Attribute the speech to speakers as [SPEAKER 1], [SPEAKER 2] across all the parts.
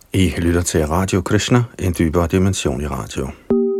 [SPEAKER 1] I lytter til Radio Krishna, en dybere dimension i radio.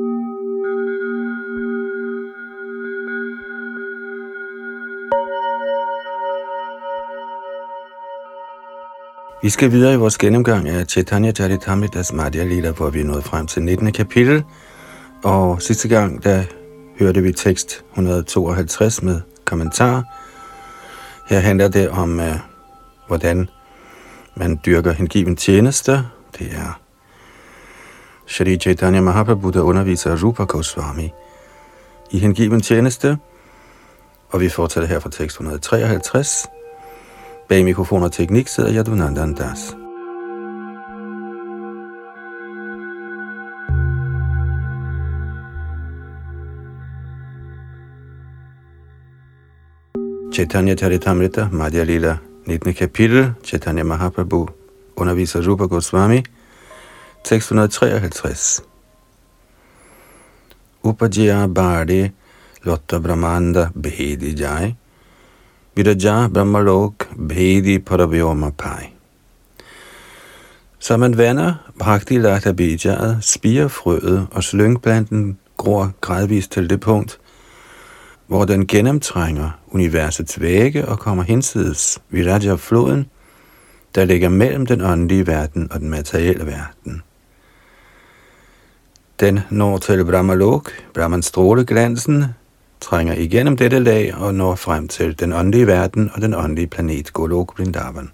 [SPEAKER 1] Vi skal videre i vores gennemgang af Chaitanya Charitamritas Madhya Lila, hvor vi er nået frem til 19. kapitel. Og sidste gang, der hørte vi tekst 152 med kommentar. Her handler det om, hvordan man dyrker hengiven tjeneste. Det er Shri Chaitanya Mahaprabhu, der underviser Rupa Goswami i hengiven tjeneste. Og vi fortsætter her fra tekst 153. Bag mikrofon og teknik sidder Yadunandan Das. Chaitanya Charitamrita Madhya Lila, 19. kapitel. Chaitanya Mahaprabhu underviser Rupa Goswami. Tekst 153. Upajya Bhardi Lotta Brahmanda Bhedi Jai Viraja Brahmalok Bhedi Paravyoma Pai. Som man vander Bhakti Lata Bijaet, spirer frøet, og slyngplanten gror gradvist til det punkt, hvor den gennemtrænger universets vægge og kommer hinsides Viraja-floden, der ligger mellem den åndelige verden og den materielle verden. Den når til Brahmalok, Brahmans stråleglansen, trænger igennem dette lag og når frem til den åndelige verden og den åndelige planet Golok Vrindavan.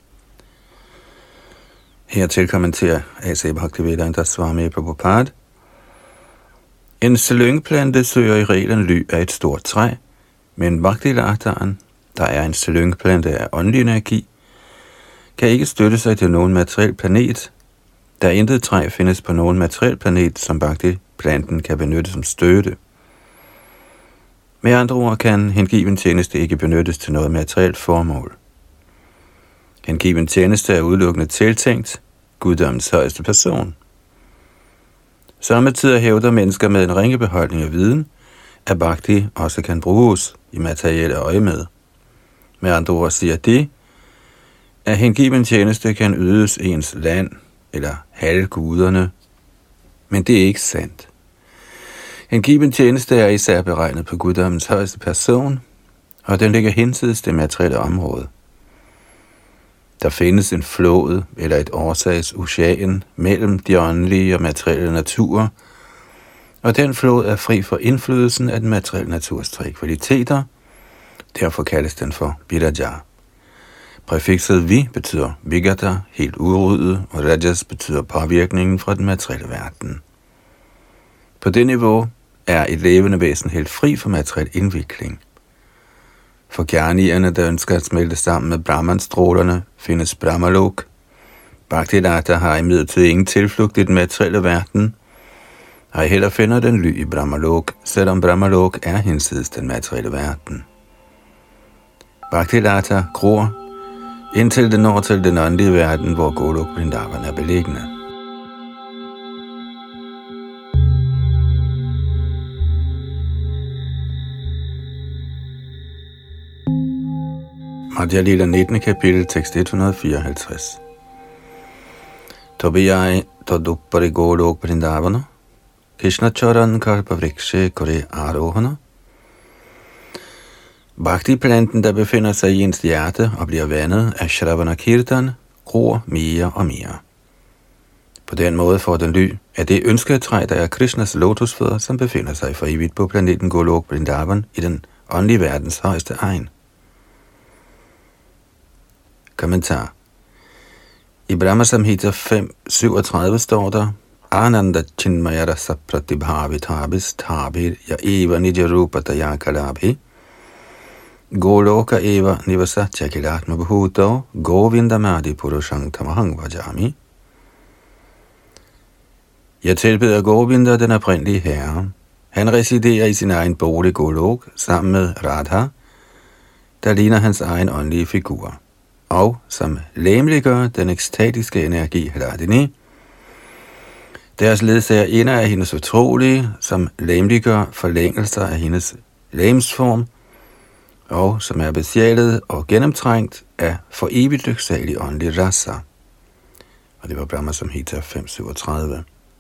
[SPEAKER 1] Hertil kommenterer A.C. Bhaktivedanta Swami Prabhupada. En slyngplante søger i reglen ly af et stort træ, men Bhakti-lataren, der er en slyngplante af åndelig energi, kan ikke støtte sig til nogen materiel planet, da intet træ findes på nogen materiel planet, som Bhakti-planten kan benytte som støtte. Med andre ord kan hengiven tjeneste ikke benyttes til noget materielt formål. Hengiven tjeneste er udelukkende tiltænkt guddommens højeste person. Samtidig hævder mennesker med en ringe beholdning af viden, at bhakti også kan bruges i materielle øjemed. Med andre ord siger de, at hengiven tjeneste kan ydes ens land eller halvguderne, men det er ikke sandt. Hengiven tjeneste er især beregnet på guddommens højeste person, og den ligger hinsides det materielle område. Der findes en flod eller et årsagsocean mellem de åndelige og materielle naturer, og den flod er fri for indflydelsen af den materielle naturs tre kvaliteter. Derfor kaldes den for Viraja. Præfikset vi betyder vigata, helt udryddet, og rajas betyder påvirkningen fra den materielle verden. På det niveau er et levende væsen helt fri for materiel indvikling. For gernierne, der ønsker at smelte sammen med Brahman-strålerne, findes Brahmalok. Bhakti-lata har imidlertid ingen tilflugt i den materielle verden, og heller finder den ly i Brahmalok, selvom Brahmalok er hinsides den materielle verden. Bhakti-lata gror, indtil den når til den åndelige verden, hvor Golok Vrindavan er beliggende. Madhya Lila 19. kapitel, tekst 154. Tobiyai Toduppari Golok Vrindavana Krishna Charan Karpa Vrikshe Kore Arohana. Bhakti-planten, der befinder sig i ens hjerte og bliver vandet af Shravana Kirtan, gror mere og mere. På den måde får den ly af det ønsketræ, der er Krishnas lotusfødder, som befinder sig for evigt på planeten Golok Vrindavan i den åndelige verdens højeste egen. Kommentar. I Brahma Samhita 5:37 står der: Ananda Chinmaya Rasa Pratibhavitabis Tabir Ya Eva Nijarupa Tayakalabhi Goloka Eva Nivasa Chakilatma Bhuto Govindamadi Purushang Tamahang Vajami. Jeg tilbeder Govinda, den oprindelige herre. Han residerer i sin egen bolig Golok sammen med Radha, der ligner hans egen åndelige figur, og som læmeliggør den ekstatiske energi Hladini. Deres ledsager inder af hendes utrolige, som læmeliggør forlængelser af hendes lægemsform, og som er besjælet og gennemtrængt af for evigt lyksalig åndelig rasa. og det var Brahma Samhita 537.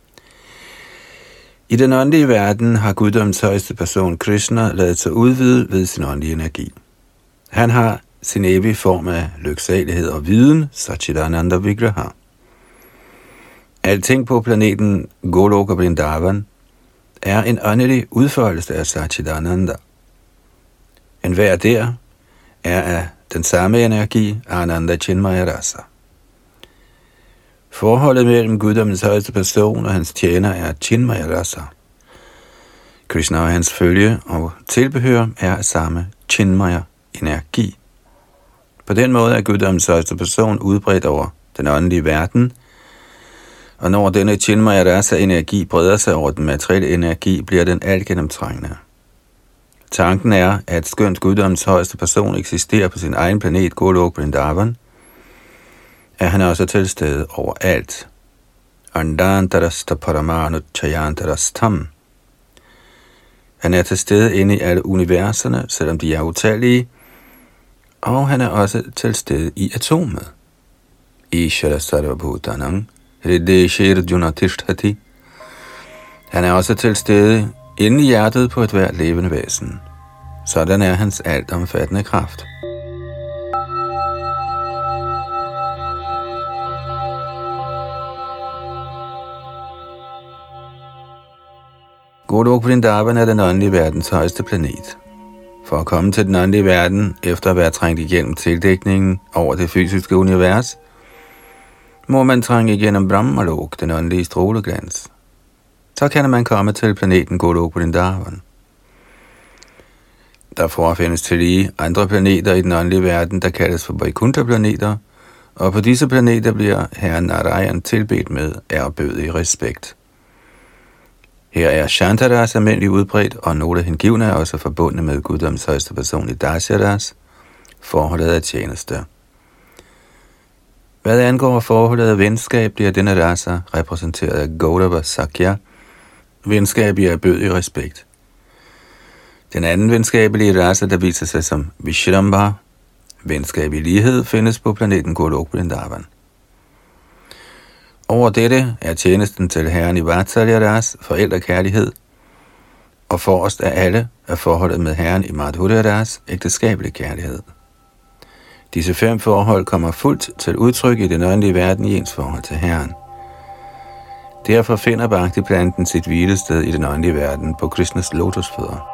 [SPEAKER 1] I den åndelige verden har guddommens højeste person, Krishna, ladet sig udvide ved sin åndelige energi. Han har sin evige form af lyksalighed og viden, Satchidananda Vigraha. Alting på planeten Goloka Vrindavan er en åndelig udførelse af Satchidananda. Enhver der er af den samme energi, Ananda Chinmaya Rasa. Forholdet mellem guddommens højeste person og hans tjener er Chinmaya Rasa. Krishna og hans følge og tilbehør er af samme Chinmaya energi. På den måde er guddommens højeste person udbredt over den åndelige verden, og når denne Chinmaya Rasa energi breder sig over den materielle energi, bliver den altgennemtrængende. Tanken er, at skønt guddommens højeste person eksisterer på sin egen planet Golok Vrindavan, er han også til stede overalt. Andantarasta paramanu chayantarastam. Han er til stede inde i alle universerne, selvom de er utallige, og han er også til stede i atomet. Ishara sarvabhutanam hrideshir junatishtati. Han er også til stede inde i hjertet på et hvert levende væsen. Sådan er hans altomfattende kraft. Golok Vrindavan er den åndelige verdens højeste planet. For at komme til den åndelige verden, efter at være trængt igennem tildækningen over det fysiske univers, må man trænge igennem Brahmalok, den åndelige stråleglans. Så kan man komme til planeten Golok Vrindavan. Der forefindes tillige andre planeter i den åndelige verden, der kaldes for Vaikuntha-planeter, og på disse planeter bliver herren Narayan tilbedt med ærbødig respekt. Her er Shantaras almindelig udbredt, og nogle hengivne er også forbundet med guddommens højeste person i Dasyaras, forholdet af tjeneste. Hvad angår forholdet af venskab, bliver denne rasa repræsenteret af Gaurava Sakya, venskab i ærbødig respekt. Den anden venskabelige rasa, der viser sig som Vishrambha, venskab i lighed, findes på planeten Golok Vrindavan. Over dette er tjenesten til herren i Vatsalya-ras forældrekærlighed, og forrest af alle er forholdet med herren i Madhurya-ras ægteskabelig kærlighed. Disse 5 forhold kommer fuldt til udtryk i den åndelige verden i ens forhold til herren. Derfor finder Bhakti-planten sit hvilested i den åndelige verden på Krishnas lotusfødder.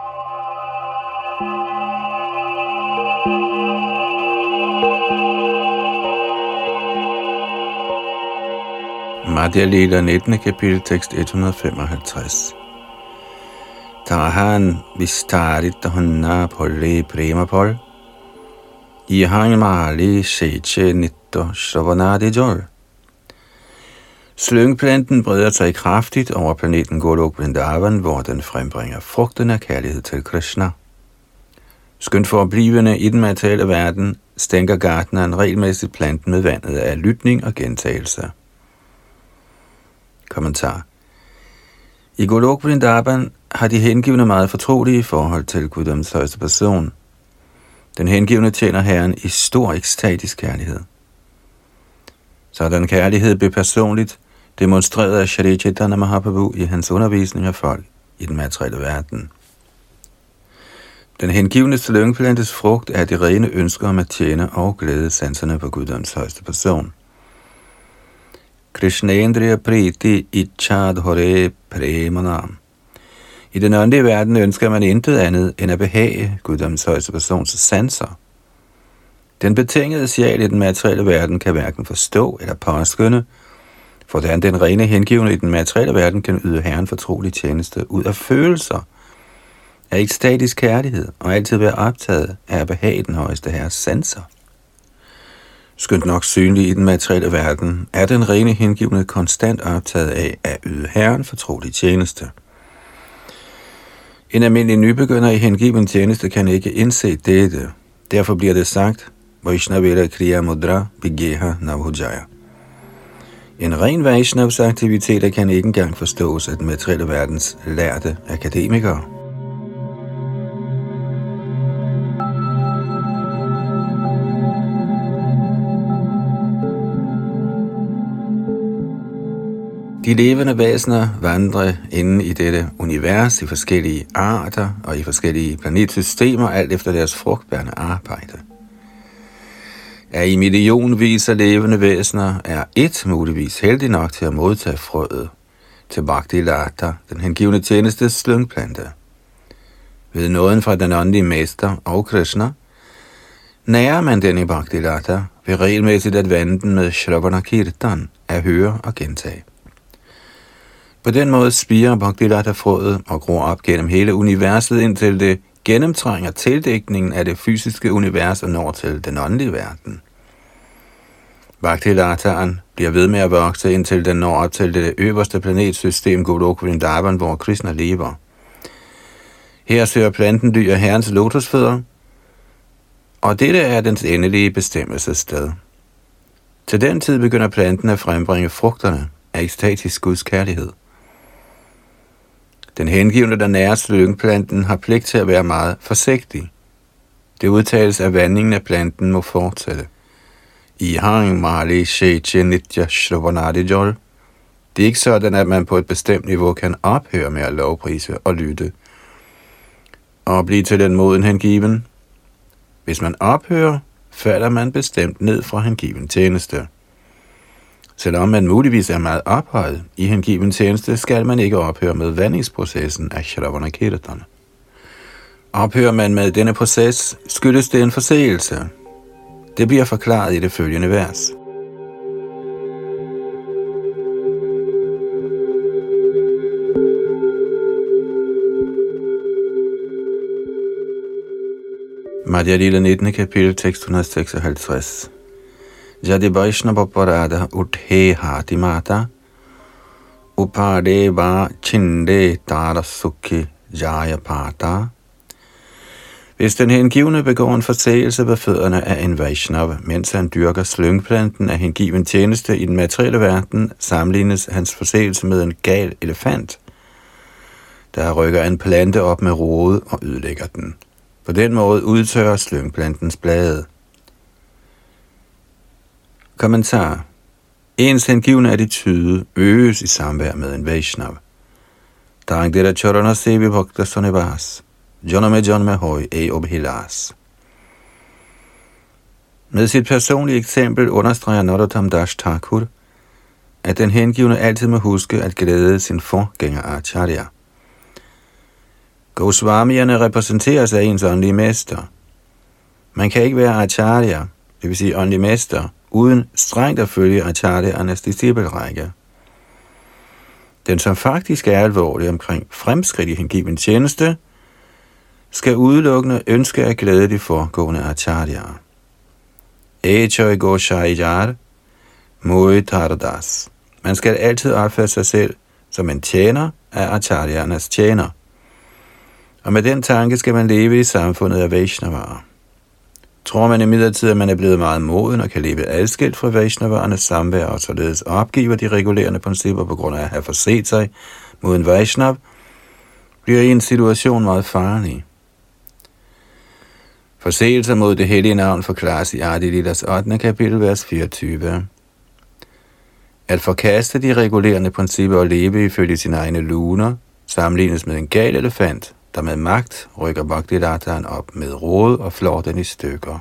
[SPEAKER 1] Madhya Lila 19. kapitel, tekst 155. Tahan vistarit hunna polle premapol. Ihang mali sheche nitto shravanadi jol. Slyngplanten breder sig kraftigt over planeten Golok Vrindavan, hvor den frembringer frugten af kærlighed til Krishna. Skønt forblivende i den materielle verden, stænker gartneren regelmæssigt planten med vandet af lytning og gentagelse. Kommentar. I Golok Vrindavan har de hengivne meget fortrolige forhold til guddommens højeste person. Den hengivne tjener herren i stor ekstatisk kærlighed. Sådan kærlighed blev personligt demonstreret af Shri Chaitanya Mahaprabhu i hans undervisning af folk i den materielle verden. Den hengivne slyngplantes frugt er de rene ønsker om at tjene og glæde sanserne på guddommens højeste person. Krishnendriya priti ichadhore premanam. I den åndelige verden ønsker man intet andet end at behage guddommens højeste persons sanser. Den betingede sjæl i den materielle verden kan hverken forstå eller påskynde, hvordan den rene hengivne i den materielle verden kan yde herren fortrolig tjeneste ud af følelser af ekstatisk kærlighed og altid være optaget af at behage den højeste herres sanser. Skønt nok synlig i den materielle verden, er den rene hengivne konstant optaget af at yde herren fortrolig tjeneste. En almindelig nybegynder i hengiven tjeneste kan ikke indse dette. Derfor bliver det sagt, Vaishnavera Kriya Mudra Bigeha Navhujaya. En ren Vaishnavs aktiviteter kan ikke engang forstås af den materielle verdens lærte akademikere. De levende væsener vandrer inde i dette univers i forskellige arter og i forskellige planetsystemer, alt efter deres frugtbærende arbejde. Af i millionvis af levende væsener er ét muligvis heldig nok til at modtage frøet til Bhakti Lata, den hengivne tjenestes slyngplante. Ved nåden fra den åndelige mester og Krishna, nærer man den i Bhakti Lata ved regelmæssigt at vande den med Shravana Kirtan, at høre og gentage. På den måde spirer Bhakti Lata-frøet og gror op gennem hele universet, indtil det gennemtrænger tildækningen af det fysiske univers og når til den åndelige verden. Bhakti Lataen bliver ved med at vokse, indtil den når op til det øverste planetsystem Golok Vrindavan, hvor Krishna lever. Her søger planten ly af herrens lotusfødder, og dette er dens endelige bestemmelsessted. Til den tid begynder planten at frembringe frugterne af ekstatisk Guds kærlighed. Den hengivne, der nærer slyngplanten, har pligt til at være meget forsigtig. Det udtales, at vandingen af planten må fortsætte. I hang mali sheche nitya shravanadijol. Det er ikke sådan, at man på et bestemt niveau kan ophøre med at lovprise og lytte og blive til den moden hengiven. Hvis man ophører, falder man bestemt ned fra hengiven tjeneste. Selvom man muligvis er meget ophøjet i hengiven tjeneste, skal man ikke ophøre med vandingsprocessen af Shravana Kirtan. Ophører man med denne proces, skyldes det en forseelse. Det bliver forklaret i det følgende vers. Madhya Lila 19. kapitel, tekst 156. Jadi Vaishnava Parada Uthe Hati Mata Upadeva Chinde Tara Sukhi Jaya Pata. Hvis den hengivne begår en forseelse ved fødderne af en Vaishnava, mens han dyrker slyngplanten af hengiven tjeneste i den materielle verden, sammenlignes hans forseelse med en gal elefant, der rykker en plante op med rode og ødelægger den. På den måde udtørrer slyngplantens blade. Kommentar. Ens hengivne attitude øges i samvær med en Vaishnava. Tangdera Charana Sevi Bhakta Sonivas. Janame Janame Hoi E Obhilas. Med sit personlige eksempel understreger Narottam Das Thakur, at den hengivne altid må huske at glæde sin forgænger Acharya. Goswamierne repræsenteres af ens åndelige mester. Man kan ikke være Acharya, det vil sige åndelig mester, uden strengt at følge Acharyaernes disciplerække. Den, som faktisk er alvorlig omkring fremskridt i hengiven tjeneste, skal udelukkende ønske at glæde de foregående Acharyaer. Echoy Goshaiyar Moi Tardas. Man skal altid opfatte sig selv som en tjener af Acharyaernes tjener. Og med den tanke skal man leve i samfundet af Vaishnavaer. Tror man imidlertid, at man er blevet meget moden og kan leve adskilt fra Vaishnavaernes samvær og således opgiver de regulerende principper på grund af at have forset sig mod en Vaishnav, bliver i en situation meget farlig. Forseelser mod det hellige navn forklares i Adi Lilas 8. kapitel, vers 24. At forkaste de regulerende principper og leve ifølge sine egne luner, sammenlignes med en gal elefant, der med magt rykker Bhakti Lataen op med rode og flår den i stykker.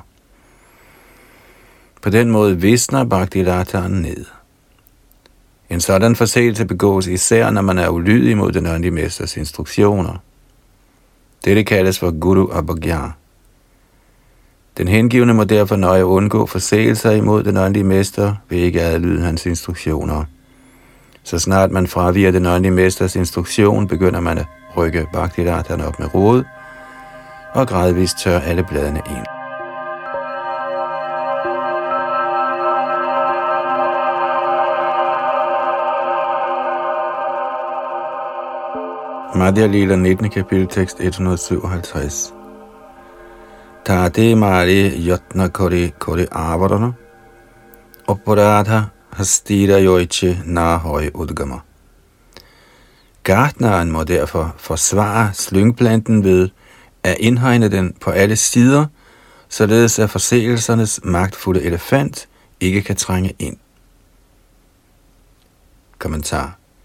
[SPEAKER 1] På den måde visner Bhakti Lataen ned. En sådan forseelse begås især, når man er ulydig mod den åndelige mesters instruktioner. Dette kaldes for Guru Abhagya. Den hengivne må derfor nøje undgå forseelser imod den åndelige mester ved ikke at adlyde hans instruktioner. Så snart man fraviger den åndelige mesters instruktion, begynder man at rykke Bhakti Lataen op med rode og gradvist tør alle bladene ind. Madhya Lila 19. kapitel, tekst 157. Tade mari yatna kori avarana Aparadha hastira yoiche nahoi udgama. Gartneren må derfor forsvare slyngplanten ved at indhegne den på alle sider, således at forseelsernes magtfulde elefant ikke kan trænge ind. Kommentar.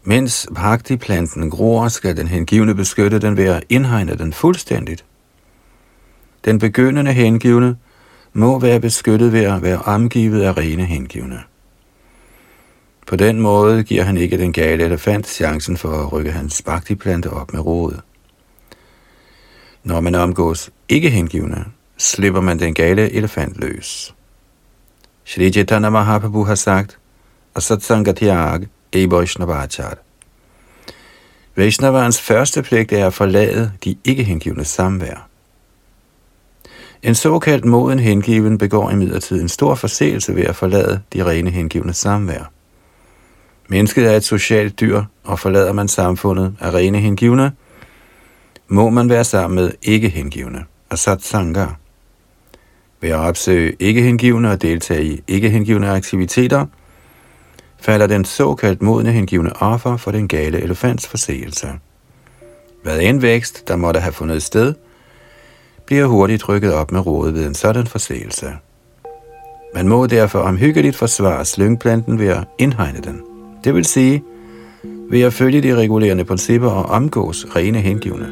[SPEAKER 1] Mens bhakti-planten gror, skal den hengivne beskytte den ved at indhegne den fuldstændigt. Den begyndende hengivne må være beskyttet ved at være omgivet af rene hengivne. På den måde giver han ikke den gale elefant chancen for at rykke hans bhakti-plante op med rodet. Når man omgås ikke hengivne, slipper man den gale elefant løs. Shri Chaitanya Mahaprabhu har sagt, Asatsangatyag e Vaishnavachar. Vaishnavarens første pligt er at forlade de ikke hengivne samvær. En såkaldt moden hengiven begår imidlertid en stor forseelse ved at forlade de rene hengivne samvær. Mennesket er et socialt dyr, og forlader man samfundet af rene hengivne, må man være sammen med ikke hengivne, asatsanga. Ved at opsøge ikke hengivne og deltage i ikke hengivne aktiviteter, falder den såkaldt modne hengivne offer for den gale elefants forseelse. Hvad en vækst, der måtte have fundet sted, bliver hurtigt rykket op med rodet ved en sådan forseelse. Man må derfor omhyggeligt forsvare slyngplanten ved at indhegne den. Det vil sige, ved at følge de regulerende principper og omgås rene hengivne.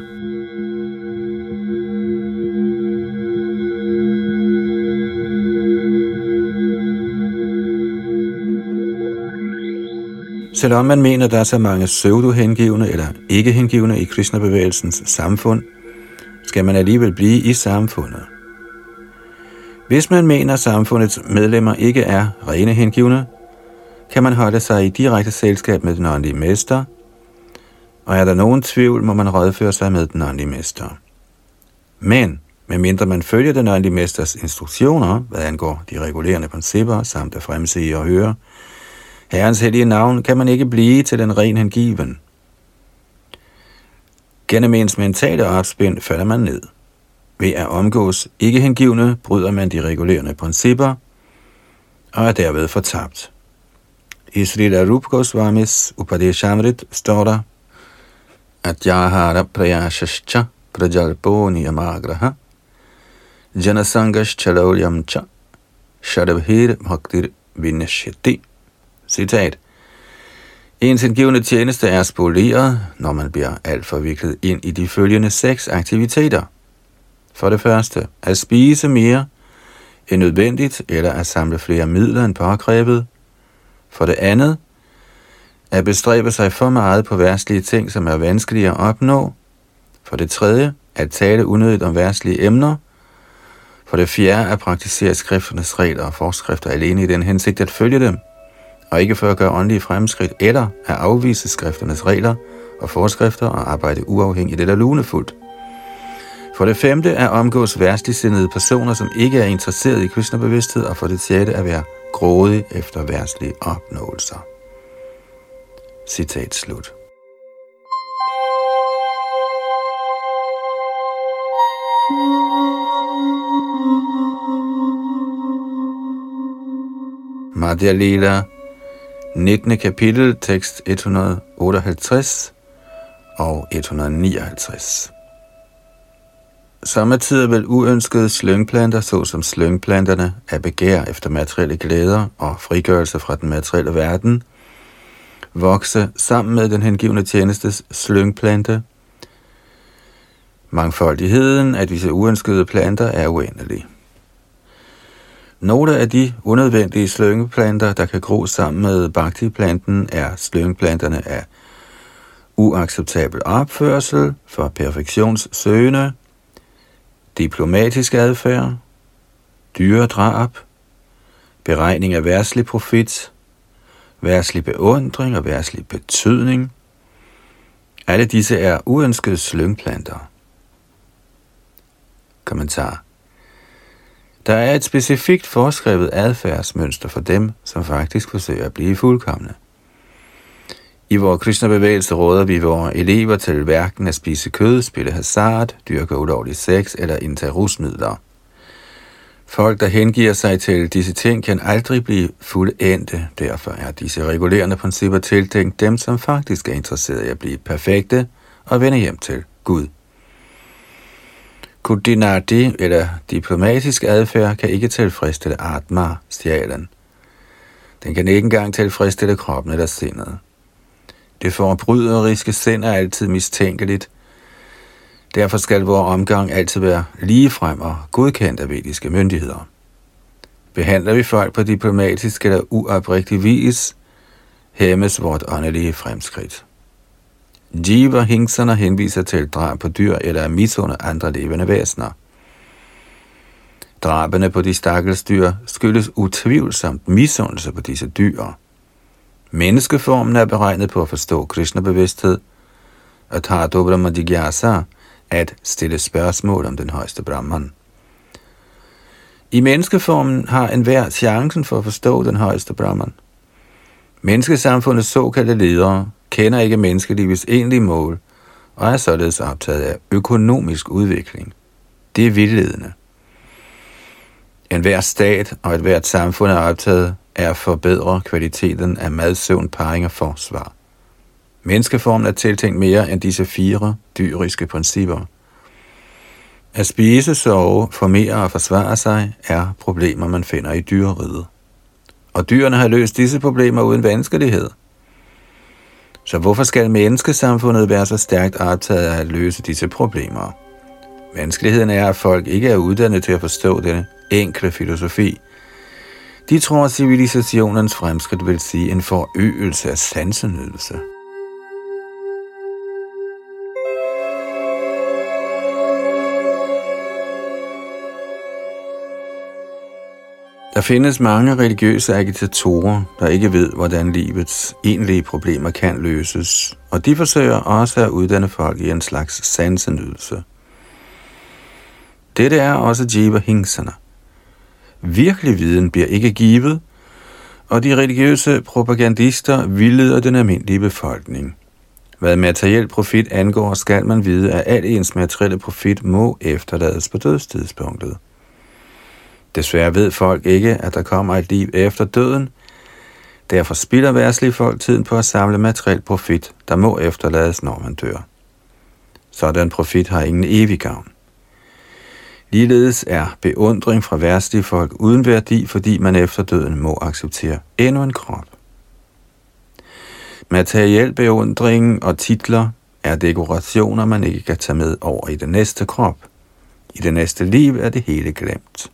[SPEAKER 1] Selvom man mener, der er så mange pseudo-hengivne eller ikke-hengivne i Krishna-bevægelsens samfund, skal man alligevel blive i samfundet. Hvis man mener, at samfundets medlemmer ikke er rene hengivne, kan man holde sig i direkte selskab med den åndelige mester, og er der nogen tvivl, må man rådføre sig med den åndelige mester. Men, medmindre man følger den åndelige mesters instruktioner, hvad angår de regulerende principper, samt at fremsige og høre Herrens hellige navn, kan man ikke blive til den ren hengiven. Gennem ens mentale opspind falder man ned. Ved at omgås ikke hengivne, bryder man de regulerende principper, og er derved fortabt. I Srila Rupa Goswamis Upadeshamrit står der, at Yahara Prayashascha Prajalpo Niyamagraha Janasangash Chalolyamcha Shadabhir Bhaktir Vinashiti. Citat. Ens hengivne tjeneste er spoleret, når man bliver alt forviklet ind i de følgende 6 aktiviteter. For det første, at spise mere end nødvendigt, eller at samle flere midler end påkrævet. For det andet, at bestræbe sig for meget på verdslige ting, som er vanskelige at opnå. For det tredje, at tale unødigt om verdslige emner. For det fjerde, at praktisere skrifternes regler og forskrifter alene i den hensigt at følge dem, og ikke for at gøre åndelige fremskridt, eller at afvise skrifternes regler og forskrifter og arbejde uafhængigt eller lunefuldt. For det femte, at omgås verdsligsindede personer, som ikke er interesseret i Krishna-bevidsthed, og for det sjette, at være grådig efter verdslige opnåelser. Citat slut. Madhya Lila, 19. kapitel, tekst 158 og 159. Sommetider vil uønskede slyngplanter, såsom slyngplanterne af begær efter materielle glæder og frigørelse fra den materielle verden, vokse sammen med den hengivne tjenestes slyngplante. Mangfoldigheden af disse uønskede planter er uendelig. Nogle af de unødvendige slyngplanter, der kan gro sammen med bhakti-planten, er slyngplanterne af uacceptabel opførsel for perfektionssøgende, diplomatisk adfærd, dyredrab, beregning af verdslig profit, verdslig beundring og verdslig betydning. Alle disse er uønskede slyngplanter. Kommentar. Der er et specifikt foreskrevet adfærdsmønster for dem, som faktisk forsøger at blive fuldkomne. I vores Krishna-bevægelse råder vi vores elever til hverken at spise kød, spille hasard, dyrke ulovlig sex eller indtage rusmidler. Folk, der hengiver sig til disse ting, kan aldrig blive fuldendte. Derfor er disse regulerende principper tiltænkt dem, som faktisk er interesseret i at blive perfekte og vende hjem til Gud. Kudinati eller diplomatisk adfærd kan ikke tilfredsstille Atma, sjælen. Den kan ikke engang tilfredsstille kroppen eller sindet. Det forbryderiske sind er altid mistænkeligt. Derfor skal vores omgang altid være ligefrem og godkendt af vediske myndigheder. Behandler vi folk på diplomatisk eller uoprigtig vis, hæmmes vort åndelige fremskridt. Jiva hingserne henviser til drab på dyr eller at misunde andre levende væsener. Drabene på de stakkels dyr skyldes utvivlsomt misundelse på disse dyr. Menneskeformen er beregnet på at forstå Krishna-bevidsthed, og tager Brahma Jigyasa at stille spørgsmål om den højeste Brahman. I menneskeformen har enhver chancen for at forstå den højeste Brahman. Menneskesamfundets såkaldte ledere kender ikke menneskelivets egentlige mål, og er således optaget af økonomisk udvikling. Det er vildledende. Enhver stat og ethvert samfund er optaget af at forbedre kvaliteten af mad, søvn, parring og forsvar. Menneskeformen er tiltænkt mere end disse 4 dyriske principper. At spise, sove, formere og forsvare sig er problemer, man finder i dyreriget. Og dyrene har løst disse problemer uden vanskelighed. Så hvorfor skal menneskesamfundet være så stærkt optaget af at løse disse problemer? Vanskeligheden er, at folk ikke er uddannet til at forstå denne enkle filosofi. De tror, at civilisationens fremskridt vil sige en forøgelse af sansenydelse. Der findes mange religiøse agitatorer, der ikke ved, hvordan livets egentlige problemer kan løses, og de forsøger også at uddanne folk i en slags sansenydelse. Dette er også jiva hingsana. Virkelig viden bliver ikke givet, og de religiøse propagandister vildleder den almindelige befolkning. Hvad materiel profit angår, skal man vide, at al ens materielle profit må efterlades på dødstidspunktet. Desværre ved folk ikke, at der kommer et liv efter døden. Derfor spilder verdslige folk tiden på at samle materiel profit, der må efterlades, når man dør. Sådan profit har ingen evig gavn. Ligeledes er beundring fra verdslige folk uden værdi, fordi man efter døden må acceptere endnu en krop. Materiel beundring og titler er dekorationer, man ikke kan tage med over i den næste krop. I det næste liv er det hele glemt.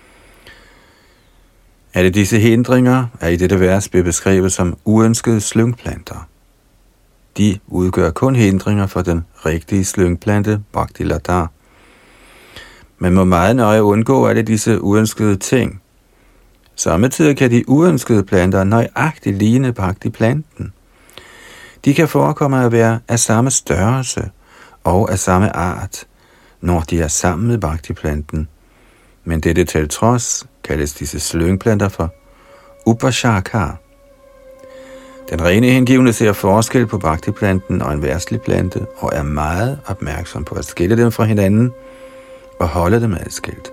[SPEAKER 1] Alle disse hindringer er i dette vers blevet beskrevet som uønskede slyngplanter. De udgør kun hindringer for den rigtige slyngplante, Bhakti Ladar. Man må meget nøje undgå alle disse uønskede ting. Samtidig kan de uønskede planter nøjagtigt ligne Bhakti-planten. De kan forekomme at være af samme størrelse og af samme art, når de er sammen med Bhakti-planten. Men dette til trods kaldes disse slyngplanter for upashaka. Den rene hengivne ser forskel på Bhakti-planten og en verdslig plante og er meget opmærksom på at skille dem fra hinanden og holde dem adskilt.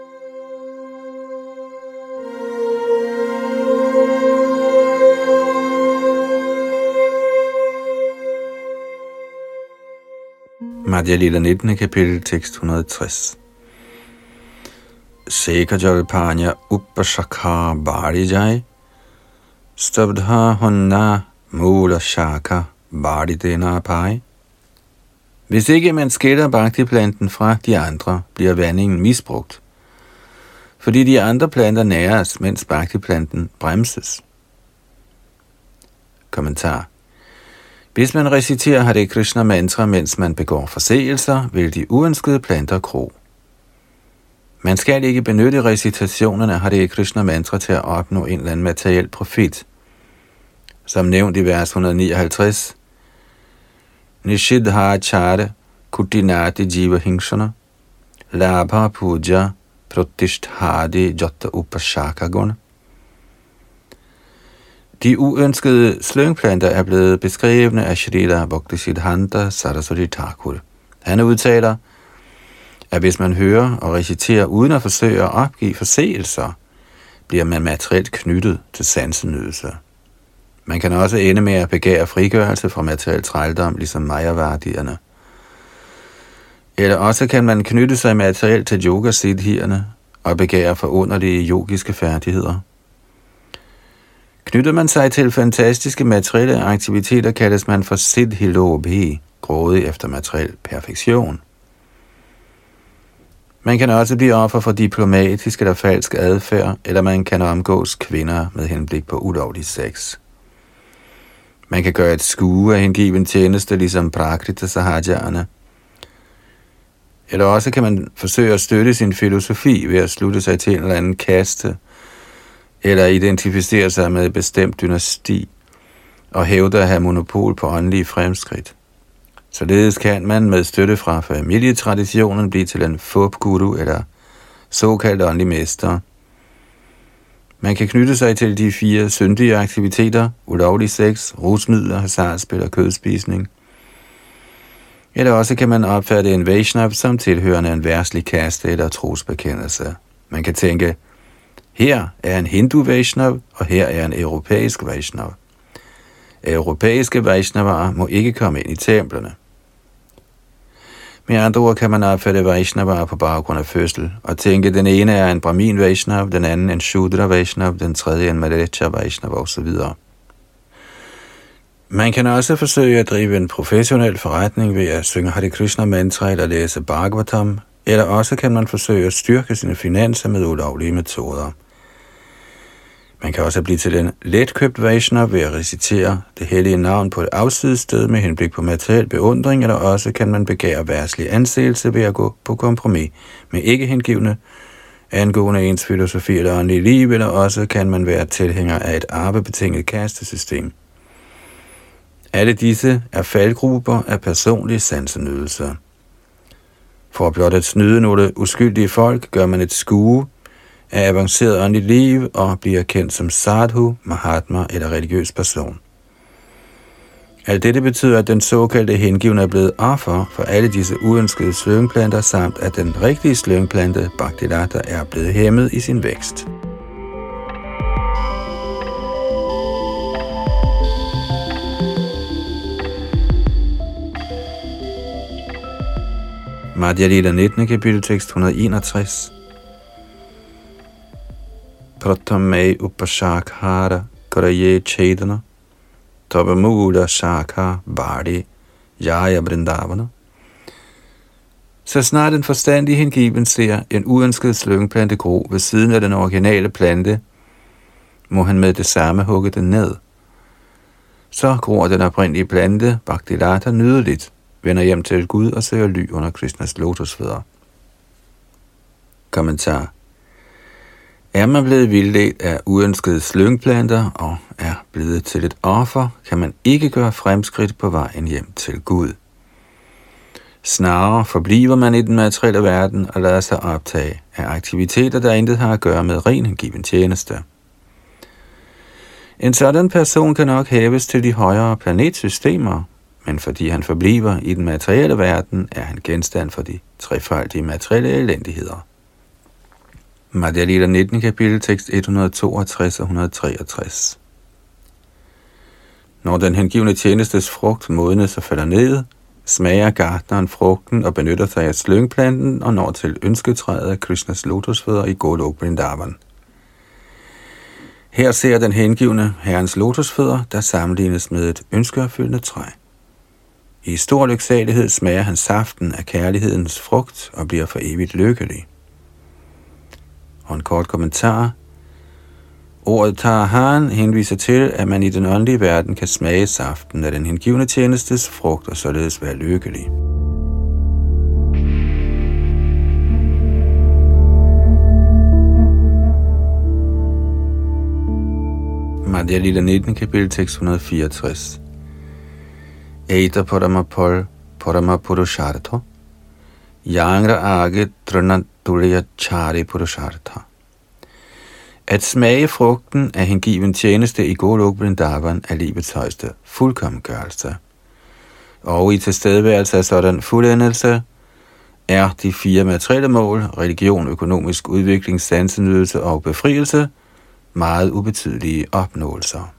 [SPEAKER 1] Madhya Lila 19. kapitel, tekst 160. Shekajalpanya upashaka barijai stabdha honna mula shaka baridena pai. Hvis ikke man skiller Bhakti-planten fra de andre, bliver vandingen misbrugt, fordi de andre planter næres, mens Bhakti-planten bremses. Kommentar. Hvis man reciterer Hare Krishna mantra, mens man begår forseelser, vil de uønskede planter gro. Man skal ikke benytte recitationerne af Hare Krishna mantra til at opnå en eller anden materiel profit. Som nævnt i vers 159, Nishidha chara kutinati jiva hingshana labha puja pratisthadi jotta upashaka guna. De uønskede slyngplanter er blevet beskrevne af Shrila Bhaktisiddhanta Saraswati Thakur. Han udtaler, at hvis man hører og reciterer uden at forsøge at opgive forseelser, bliver man materielt knyttet til sansenydelse. Man kan også ende med at begære frigørelse fra materiel trældom, ligesom mayavardierne. Eller også kan man knytte sig materielt til yoga-siddhierne og begære forunderlige yogiske færdigheder. Knytter man sig til fantastiske materielle aktiviteter, kaldes man for siddhi-lobhi, grådig efter materiel perfektion. Man kan også blive offer for diplomatisk eller falsk adfærd, eller man kan omgås kvinder med henblik på ulovlig sex. Man kan gøre et skue af hengiven tjeneste, ligesom Prakrita Sahajana. Eller også kan man forsøge at støtte sin filosofi ved at slutte sig til en eller anden kaste, eller identificere sig med et bestemt dynasti, og hævde at have monopol på åndelige fremskridt. Således kan man med støtte fra familietraditionen blive til en fupguru eller såkaldt åndelig mester. Man kan knytte sig til de 4 syndige aktiviteter, ulovlig sex, rusmidler, hasardspil og kødspisning. Eller også kan man opfatte en Vaishnav som tilhørende en verdslig kaste eller trosbekendelse. Man kan tænke, her er en hindu Vaishnav, og her er en europæisk Vaishnav. Europæiske Vaishnavaer må ikke komme ind i templerne. Med andre ord kan man opfatte Vaishnavaer på baggrund af fødsel, og tænke, den ene er en Brahmin Vaishnav, den anden en Shudra Vaishnav, den tredje en Malecha Vaishnav osv. Man kan også forsøge at drive en professionel forretning ved at synge Hare Krishna mantra eller læse Bhagavatam, eller også kan man forsøge at styrke sine finanser med ulovlige metoder. Man kan også blive til en letkøbt Vaishnav ved at recitere det hellige navn på et afsidested med henblik på materiel beundring, eller også kan man begære verdslig anseelse ved at gå på kompromis med ikke-hengivne angående ens filosofi eller åndelige liv, eller også kan man være tilhænger af et arvebetinget kastesystem. Alle disse er faldgrupper af personlige sansenydelser. For blot at snyde nogle uskyldige folk, gør man et skue af avanceret åndeligt liv og bliver kendt som sadhu, mahatma eller religiøs person. Alt dette betyder, at den såkaldte hengivne er blevet offer for alle disse uønskede slyngplanter, samt at den rigtige slyngplante, Bhaktivedanta, er blevet hæmmet i sin vækst. Madhya Lila 19. kapitel, tekst 161. Pratame upashakhara karaye chedana tabamula shakha bari jaya vrindavana. Så snart en forstandig hengiven ser en uønsket slyngplante gro ved siden af den originale plante, må han med det samme hugge den ned. Så gror den oprindelige plante, Bhaktivedanta, nydeligt, vender hjem til Gud og søger ly under Krishnas lotusfødder. Kommentar. Er man blevet vildledt af uønskede slyngplanter og er blevet til et offer, kan man ikke gøre fremskridt på vejen hjem til Gud. Snarere forbliver man i den materielle verden og lader sig optage af aktiviteter, der intet har at gøre med ren hengiven tjeneste. En sådan person kan nok hæves til de højere planetsystemer, men fordi han forbliver i den materielle verden, er han genstand for de trefaldige materielle elendigheder. Madhya Lila 19. kapitel, tekst 162 og 163. Når den hengivne tjenestes frugt modnes og falder ned, smager gartneren frugten og benytter sig af slyngplanten og når til ønsketræet af Krishnas lotusfødder i Golok Vrindavan. Her ser den hengivne herrens lotusfødder, der sammenlignes med et ønskeopfyldende træ. I stor lyksalighed smager han saften af kærlighedens frugt og bliver for evigt lykkelig. Og en kort kommentar. Ordet Tahan henviser til, at man i den åndelige verden kan smage saften af den hengivne tjenestes frugt og således være lykkelig. Madhya Lila 19. kapitel, tekst 164. Eita paramapol paramapurushartha yangra age trunatulya chari purushartha. At smage frugten af hengiven tjeneste i Golok Vrindavan er livets højeste fuldkommengørelse. Og i tilstedeværelse af sådan fuldendelse er de 4 materielle mål, religion, økonomisk udvikling, sansenydelse og befrielse, meget ubetydelige opnåelser.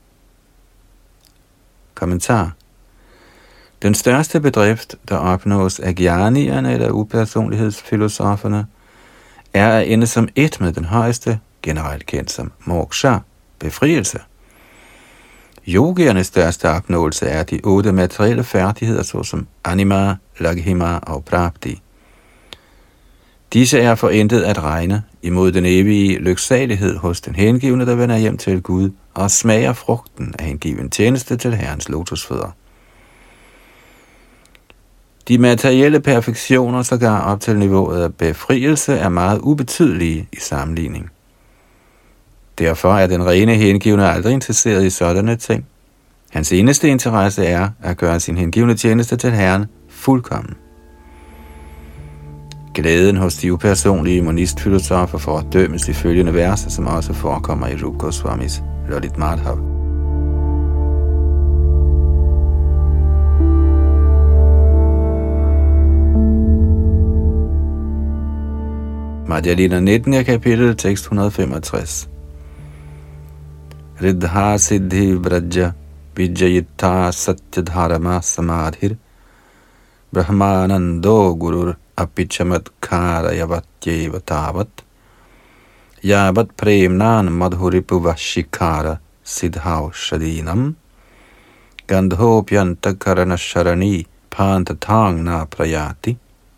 [SPEAKER 1] Kommentar. Den største bedrift, der opnås af jnanierne eller upersonlighedsfilosoferne, er at ende som et med den højeste, generelt kendt som moksha, befrielse, Yogiernes største opnåelse er de 8 materielle færdigheder, såsom anima, laghima og prapti. Disse er forentet at regne imod den evige lyksalighed hos den hengivne, der vender hjem til Gud og smager frugten af hengiven tjeneste til Herrens lotusfødder. De materielle perfektioner, sågar op til niveauet af befrielse, er meget ubetydelige i sammenligning. Derfor er den rene hengivne aldrig interesseret i sådanne ting. Hans eneste interesse er at gøre sin hengivne tjeneste til Herren fuldkommen. Glæden hos de upersonlige monistfilosofer fordømmes i følgende verser, som også forekommer i Rupa Goswamis Lalit Madhav. Madhya Lila 19. kapitel, tekst 165. Riddha siddhi vraja vijayita satyadharama samadhir brahmanando gurur apichamadkara yavatyevatavat yavat premnan madhuripuvashikara siddhav shadinam gandhopyanta karana sharani pantatang na prayati.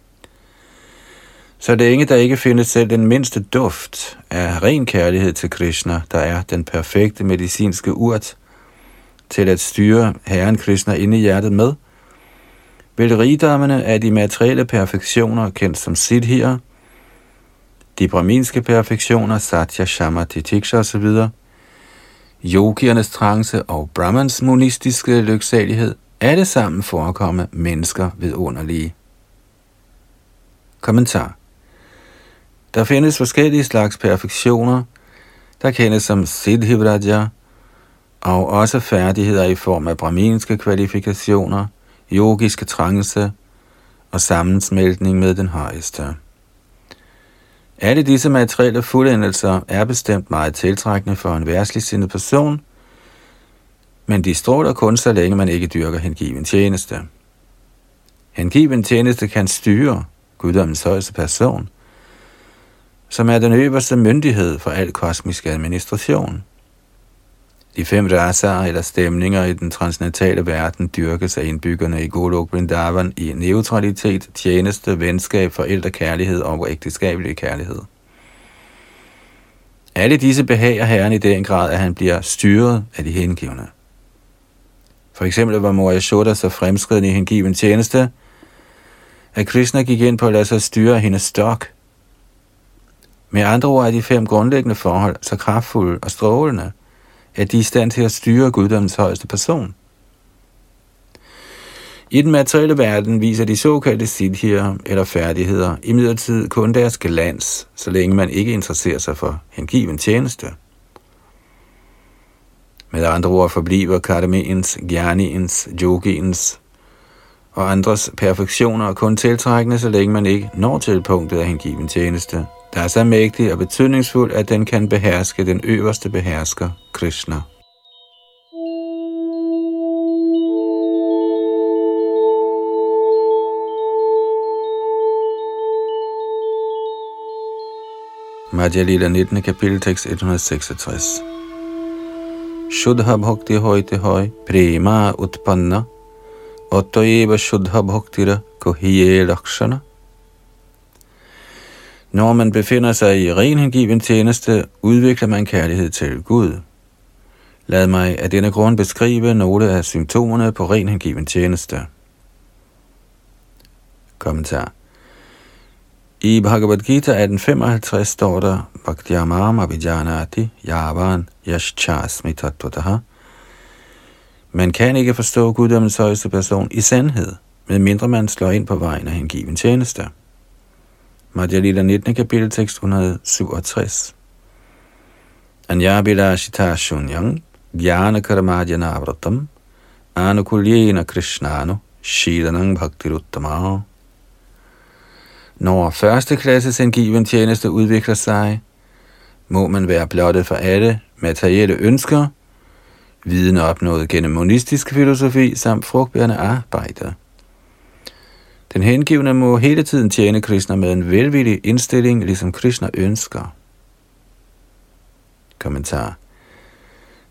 [SPEAKER 1] Så længe der ikke findes selv den mindste duft af ren kærlighed til Krishna, der er den perfekte medicinske urt til at styre Herren Krishna inde i hjertet med, vil rigdommene af de materielle perfektioner, kendt som siddhier, de brahminske perfektioner, satya, shama, titiksha osv., yogiernes trance og brahmans monistiske lyksalighed, alle sammen forekomme mennesker vidunderlige. Kommentar. Der findes forskellige slags perfektioner, der kendes som siddhi vraja, og også færdigheder i form af brahminske kvalifikationer, yogiske trance og sammensmeltning med den højeste. Alle disse materielle fuldendelser er bestemt meget tiltrækkende for en verdsligsindet person, men de stråler kun så længe man ikke dyrker hengiven tjeneste. Hengiven tjeneste kan styre guddommens højeste person, som er den øverste myndighed for al kosmisk administration. De 5 rasaer eller stemninger i den transcendentale verden dyrkes af indbyggerne i Golok Vrindavan i neutralitet, tjeneste, venskab, forældrekærlighed og ægteskabelig kærlighed. Alle disse behager Herren i den grad, at han bliver styret af de hengivne. For eksempel var Mor Yashoda så fremskreden i hengiven tjeneste, at Krishna gik ind på at lade sig styre af hendes stok. Med andre ord er de 5 grundlæggende forhold så kraftfulde og strålende, at de er i stand til at styre guddommens højeste person. I den materielle verden viser de såkaldte siddhier eller færdigheder imidlertid kun deres glans, så længe man ikke interesserer sig for hengiven tjeneste. Med andre ord forbliver kardemeens, gyaniens, yogiens og andres perfektioner kun tiltrækkende, så længe man ikke når til punktet af hengiven tjeneste, der er så mægtig og betydningsfuld, at den kan beherske den øverste behersker, Krishna. Madhya Lila 19. kapitel, tekst 166. Shuddha bhakti hoite hoi, prema utpanna, ottoeva shuddha bhaktira kohiye lakshana. Når man befinder sig i ren hengiven tjeneste, udvikler man kærlighed til Gud. Lad mig af denne grund beskrive nogle af symptomerne på ren hengiven tjeneste. Kommentar. I Bhagavad Gita 18:55 står der, Bhaktyamam abhijanati yavan yashchasmi tattvataha. Man kan ikke forstå guddommens højeste person i sandhed, medmindre man slår ind på vejen af hengiven tjeneste. Madhya Lila 19. kapitel, tekst 167. Anyabhilashita shunyang jnana karmadhyana vratam anukulyena krishnano shidanang bhaktiruttama. Når første klasses hengiven tjeneste udvikler sig, må man være blottet for alle materielle ønsker, viden opnået gennem monistisk filosofi samt frugtbærende arbejde. Den hengivne må hele tiden tjene Krishna med en velvillig indstilling, ligesom Krishna ønsker. Kommentar.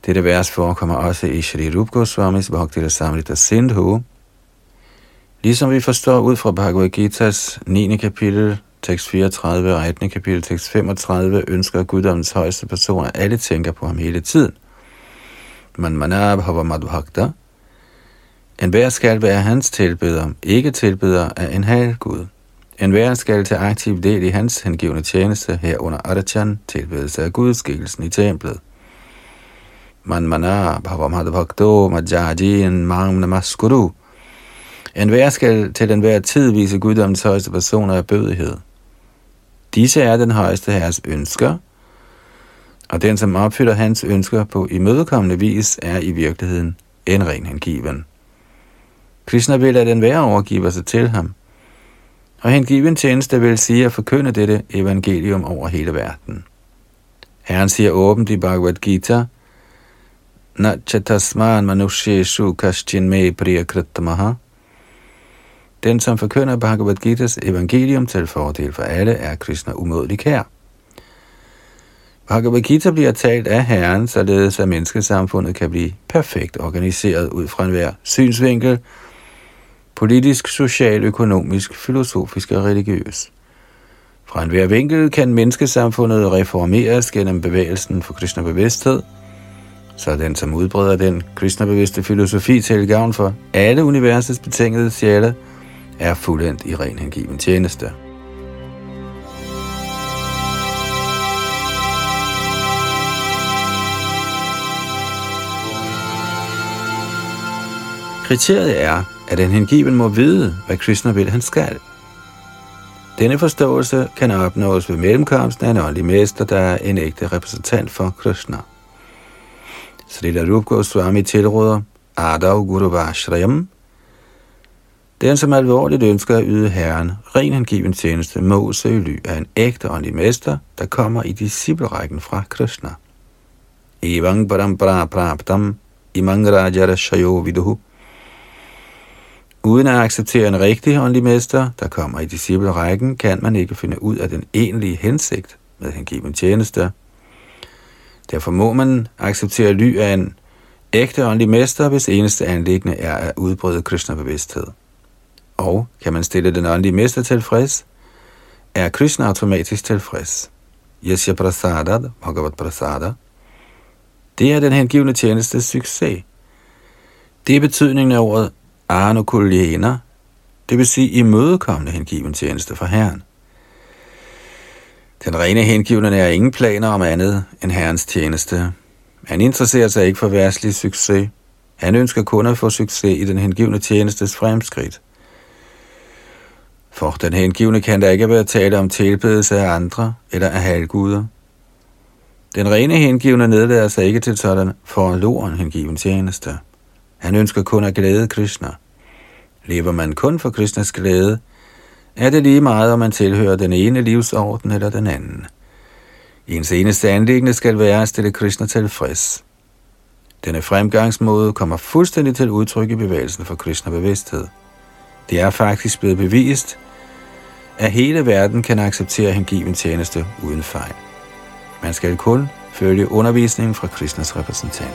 [SPEAKER 1] Dette vers forekommer også i Shri Rupa Goswamis Bhakti-rasamrita Sindhu. Ligesom vi forstår ud fra Bhagavad Gita's 9. kapitel, tekst 34 og 18. kapitel, tekst 35, ønsker guddommens højeste personer, at alle tænker på ham hele tiden. Man manab hava madbhakta. Enhver skal være hans tilbeder, ikke tilbeder af en halvgud. Enhver skal tage aktiv del i hans hengivne tjeneste, herunder Arachan, tilbedelse af gudskikkelsen i templet. Man manab hava madbhakto majajin mang namaskuru. Enhver skal til enhver tid vise guddommens højeste personer af bødighed. Disse er den højeste herres ønsker, og den, som opfylder hans ønsker på imødekommende vis, er i virkeligheden en ren hengiven. Krishna vil, at enhver overgiver sig til ham, og hengiven tjeneste vil sige at forkynde dette evangelium over hele verden. Herren siger åbent i Bhagavad Gita, Na chatasman manusheshu kaschin me priyakritamaha. Den, som forkynder Bhagavad Gitas evangelium til fordel for alle, er Krishna umådelig kær. Bhagavad Gita bliver talt af Herren, således at menneskesamfundet kan blive perfekt organiseret ud fra enhver synsvinkel, politisk, social, økonomisk, filosofisk og religiøs. Fra enhver vinkel kan menneskesamfundet reformeres gennem bevægelsen for Krishna-bevidsthed, så den, som udbreder den Krishna-bevidste filosofi til gavn for alle universets betingede sjæle, er fuldendt i ren hengiven tjeneste. Kriteriet er, at den hengiven må vide, hvad Krishna vil, han skal. Denne forståelse kan opnås ved mellemkomsten af en åndelig mester, der er en ægte repræsentant for Krishna. Srila Rupa Goswami tilråder Adav Guru Vashrayam. Den, som alvorligt ønsker at yde Herren ren hengiven tjeneste, må søge ly af en ægte åndelig mester, der kommer i disciplerækken fra Krishna. Evang parampara praptam imang rajara shayo viduhu. Uden at acceptere en rigtig åndelig mester, der kommer i disciplerækken, kan man ikke finde ud af den egentlige hensigt med hengiven tjeneste. Derfor må man acceptere ly af en ægte åndelig mester, hvis eneste anliggende er at udbrede Krishna-bevidsthed. Og kan man stille den åndelige mester tilfreds, er Krishna automatisk tilfreds. Yasya prasadat, Bhagavat prasada. Det er den hengivne tjenestes succes. Det er betydningen af ordet anukulyena, det vil sige imødekommende hengiven tjeneste for Herren. Den rene hengivne er ingen planer om andet end Herrens tjeneste. Han interesserer sig ikke for verdslig succes. Han ønsker kun at få succes i den hengivne tjenestes fremskridt. For den hengivne kan der ikke være tale om tilbedelse af andre eller af halvguder. Den rene hengivne nedlader sig ikke til sådan forloren hengiven tjeneste. Han ønsker kun at glæde Krishna. Lever man kun for Krishnas glæde, er det lige meget, om man tilhører den ene livsorden eller den anden. Ens eneste anliggende skal være at stille Krishna tilfreds. Denne fremgangsmåde kommer fuldstændig til udtryk i bevægelsen for Krishna-bevidsthed. Det er faktisk blevet bevist, at hele verden kan acceptere hengiven tjeneste uden fejl. Man skal kun følge undervisningen fra Krishnas repræsentant.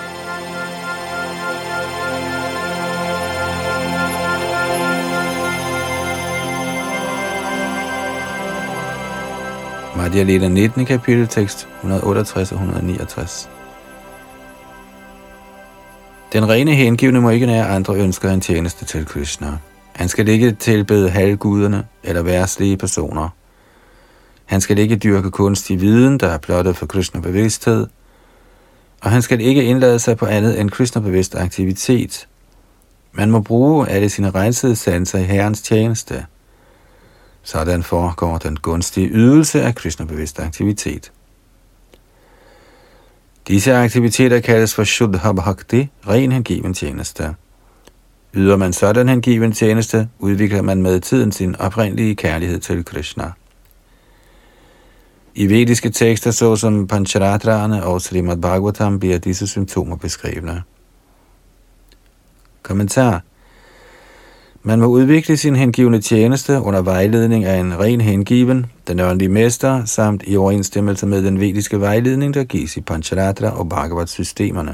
[SPEAKER 1] Madhya Lila 19. kapitel, tekst 168 og 169. Den rene hengivne må ikke nære andre ønsker end tjeneste til Krishna. Han skal ikke tilbede halvguderne eller værtslige personer. Han skal ikke dyrke kunstig viden, der er blottet for Krishna-bevidsthed. Og han skal ikke indlade sig på andet end Krishna-bevidst aktivitet. Man må bruge alle sine rensede sanser i Herrens tjeneste. Sådan foregår den gunstige ydelse af Krishna-bevidst aktivitet. Disse aktiviteter kaldes for Shuddha Bhakti, ren hengiven tjeneste. Yder man sådan hengiven tjeneste, udvikler man med tiden sin oprindelige kærlighed til Krishna. I vediske tekster såsom Pancharatrane og Srimad Bhagavatam bliver disse symptomer beskrevne. Kommentar. Man må udvikle sin hengivne tjeneste under vejledning af en ren hengiven, den åndelige mester, samt i overensstemmelse med den vediske vejledning, der gives i Pancharatra og Bhagavad-systemerne.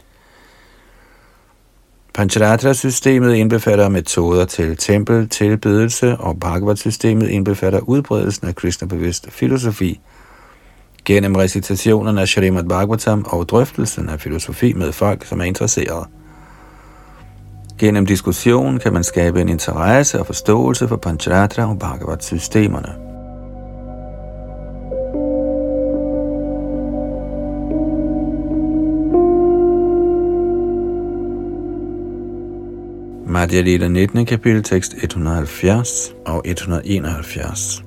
[SPEAKER 1] Pancharatra-systemet indbefatter metoder til tempeltilbedelse, og Bhagavad-systemet indbefatter udbredelsen af Krishna-bevidst filosofi gennem recitationen af Srimad Bhagavatam og drøftelsen af filosofi med folk, som er interesserede. Gennem diskussion kan man skabe en interesse og forståelse for Pancharatra og Bhagavad-systemerne. Madhya Lila 19. kapitel, tekst 170 og 171.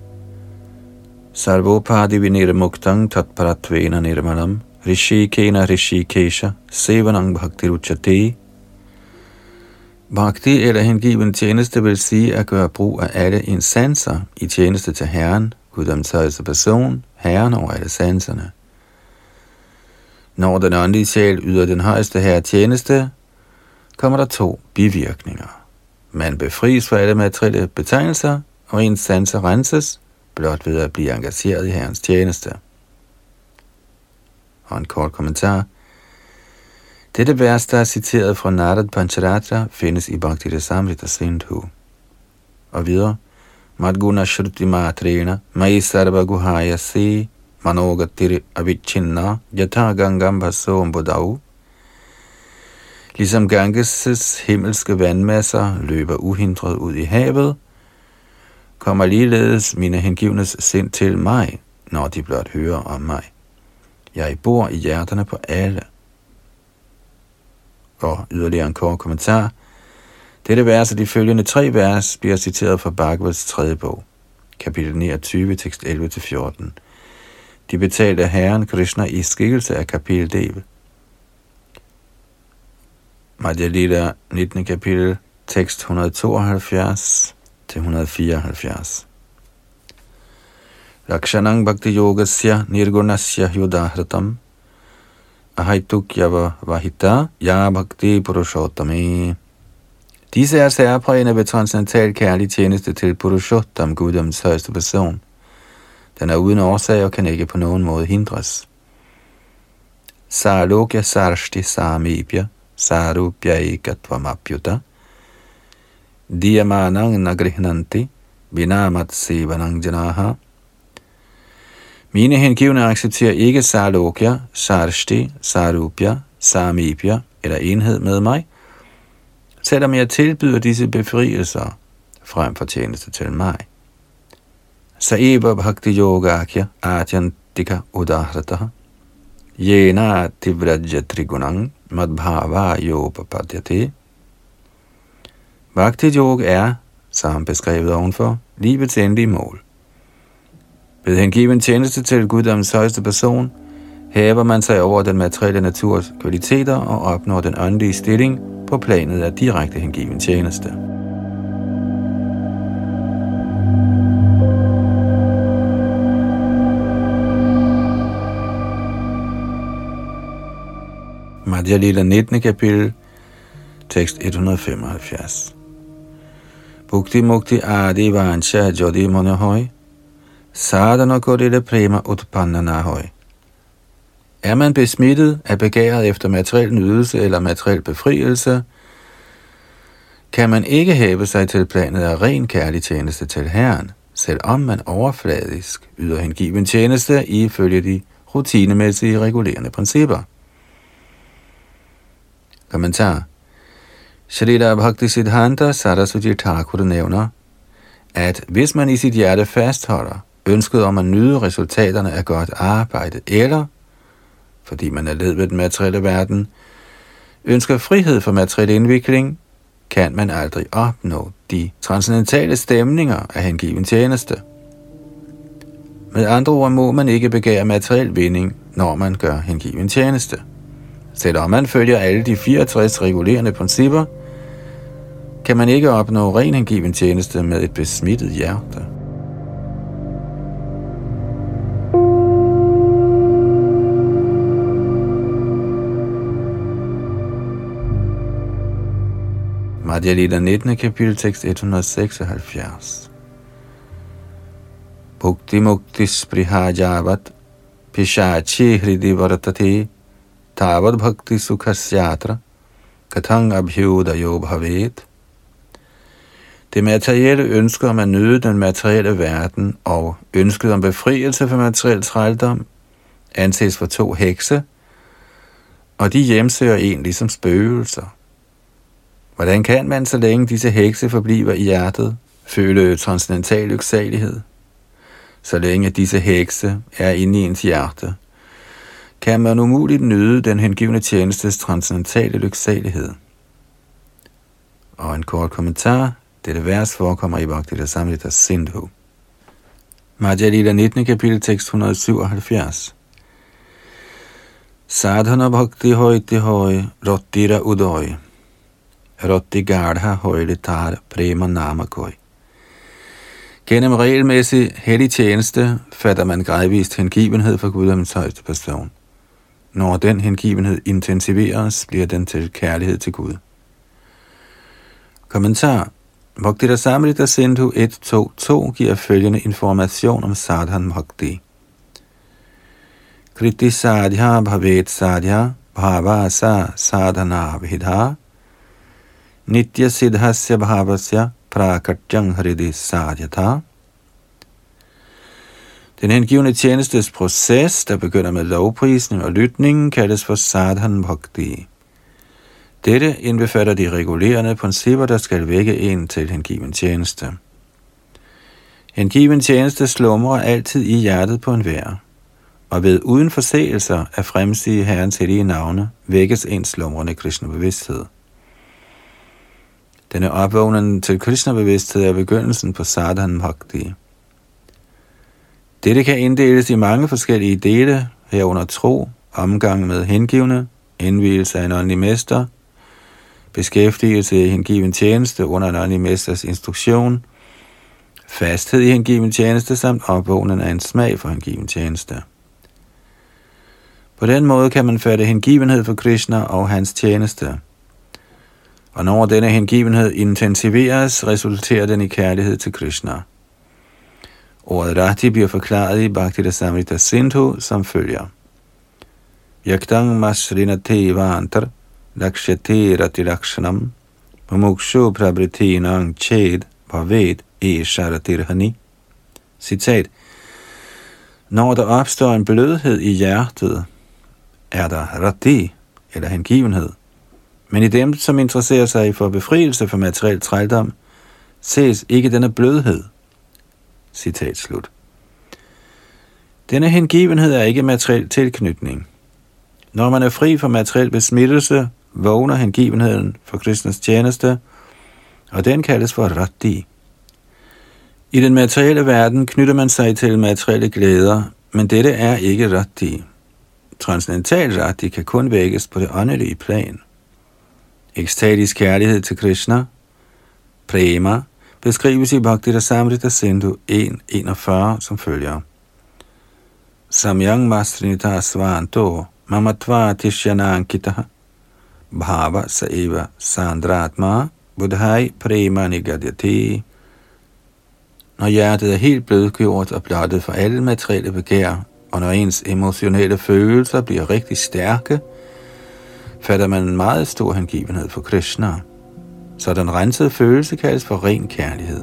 [SPEAKER 1] Sarvopadi vinirmuktang tatparatvena nirmalam rishikena rishikesha sevanang bhaktiruchate. Bhakti eller hengiven tjeneste vil sige at gøre brug af alle ens sanser i tjeneste til Herren, Guddoms højeste person, Herren over alle sanserne. Når den åndelige sjæl yder den højeste herre tjeneste, kommer der 2 bivirkninger. Man befries for alle materielle betegnelser, og ens sanser renses, blot ved at blive engageret i Herrens tjeneste. Og en kort kommentar. Dette vers, der er citeret fra Narad Pancharatra, findes i Bhakti-rasamrita Sindhu. Og videre. Madguna shruti matrena, mai sarva guhaya se, manogatiri avichinna, yatha gangam bhasom bodau. Ligesom Ganges' himmelske vandmasser løber uhindret ud i havet, kommer ligeledes mine hengivnes sind til mig, når de blot hører om mig. Jeg bor i hjerterne på alle. Og yderligere en kort kommentar. Dette vers og de følgende 3 vers bliver citeret fra Bhagavats 3. bog, kapitel 29, tekst 11-14. De betalte Herren Krishna i skikkelse af kapeldev. Madhya Lila 19. kapitel, tekst 172-174. Lakshanang bhakti yogasya nirgunasya yudahratam ahaituk vahita ya bhakti purushottame. Disse er særprægende ved transcendental kærlig tjeneste til Purushottam, Guddoms højeste person. Den er uden årsag og kan ikke på nogen måde hindres. Sarlokya sarshti samibhya sarupya ekatvamapyuta diyamanang nagrihnanti vinamat sevanang janaha. Mine hengivne accepterer ikke sarlokya, sarshti, sarupya, samibhya eller enhed med mig, selvom jeg tilbyder disse befrielser frem for tjeneste til mig. Saeva bhakti yogakya atyantika udahrataha yena tivrajya trigunang madbhava yopapadyate. Bhakti yoga er, som beskrevet ovenfor, livets endelige mål. Ved hengiven tjeneste til Guddoms højeste person, hæver man sig over den materielle naturs kvaliteter og opnår den åndelige stilling på planet af direkte hengiven tjeneste. Madhya Lila 19. kapitel, tekst 175. Bhukti mukti adi vancha jodi monohoi, sadhana kodile prema utpanna nahoi. Er man besmittet af begæret efter materiel nydelse eller materiel befrielse, kan man ikke hæve sig til planet af ren kærlig tjeneste til Herren, selvom man overfladisk yder hengiven tjeneste ifølge de rutinemæssige regulerende principper. Kommentar. Shrila Bhaktisiddhanta Saraswati Thakur nævner, at hvis man i sit hjerte fastholder ønsket om at nyde resultaterne af godt arbejde, eller, fordi man er led ved den materielle verden, ønsker frihed for materiel indvikling, kan man aldrig opnå de transcendentale stemninger af hengiven tjeneste. Med andre ord må man ikke begære materiel vinding, når man gør hengiven tjeneste. Selvom man følger alle de 64 regulerende principper, kan man ikke opnå ren hengiven tjeneste med et besmittet hjerte. Madhya Lila 19. kapitel, tekst 176. Bhukti mukti spriha javat pishachi hridi vartate tavad bhakti sukhasyatra kathang abhyudayo bhavet. Det materielle ønske om at nyde den materielle verden og ønsket om befrielse fra materiel trældom anses for to hekse, og de hjemsøger egentlig som spøgelser. Hvordan kan man, så længe disse hekse forbliver i hjertet, føle transcendental lyksalighed? Så længe disse hekse er inde i ens hjerte, kan man umuligt nyde den hengivne tjenestes transcendentale lyksalighed. Og en kort kommentar. Dette vers forekommer i Bhakti Rasamrita Sindhu. Madhya Lila 19. kapitel, tekst 177. Sadhana bhakti hoiti hoi, rottira udoi. Rotti gardha hoilitar prema namakoi. Gennem regelmæssig hellig tjeneste fatter man gradvist hengivenhed for Guddommens højeste person. Når den hengivenhed intensiveres, bliver den til kærlighed til Gud. Kommentar. Bhakti Rasamrita Sindhu 1.2.2 giver følgende information om sadhan bhakti. Kriti sadhya bhavet sadhya bhavasa sadhana vidha nitya siddhasya bhavasya prakatyang hridi sadhyata. Den hengivne tjenestes proces, der begynder med lovprisning og lytning, kaldes for sadhan bhakti. Dette indbefatter de regulerende principper, der skal vække en til hengiven tjeneste. Hengiven tjeneste slumrer altid i hjertet på enhver, og ved uden forseelser at fremsige Herrens hellige navne, vækkes ens slumrende Krishna-bevidsthed. Denne opvågnen til Krishna-bevidsthed er begyndelsen på sadhan bhakti. Dette kan inddeles i mange forskellige dele, herunder tro, omgang med hengivne, indvielse af en åndelig mester, beskæftigelse i hengiven tjeneste under en åndelig mesters instruktion, fasthed i hengiven tjeneste samt opvågnen af en smag for hengiven tjeneste. På den måde kan man fatte hengivenhed for Krishna og hans tjeneste. Og når denne hengivenhed intensiveres, resulterer den i kærlighed til Krishna. Ordet rati bliver forklaret i Bhakti Rasamrita Sindhu som følger. Yaktang masrinate vantar lakshate rati lakshanam mumukshu prabritinang ched bhavet esaratirhani. Citat. Når der opstår en blødhed i hjertet, er der rati, eller hengivenhed. Men i dem, som interesserer sig for befrielse fra materiel trældom, ses ikke denne blødhed. Citat slut. Denne hengivenhed er ikke materiel tilknytning. Når man er fri for materiel besmittelse, vågner hengivenheden for Krishnas tjeneste, og den kaldes for rati. I den materielle verden knytter man sig til materielle glæder, men dette er ikke rati. Transcendental rati kan kun vækkes på det åndelige plan. Ekstatisk kærlighed til Krishna, prema, beskrives i Bhakti Rasamrita Sindhu 1.41 som følger. Samyang masrinita svanto mamatva tishyanankita bhava saeva sandratma buddhai prema nigadyati. Når hjertet er helt blødgjort og blottet for alle materielle begær, og når ens emotionelle følelser bliver rigtig stærke, fatter man en meget stor hengivenhed for Krishna. Så den rensede følelse kaldes for ren kærlighed.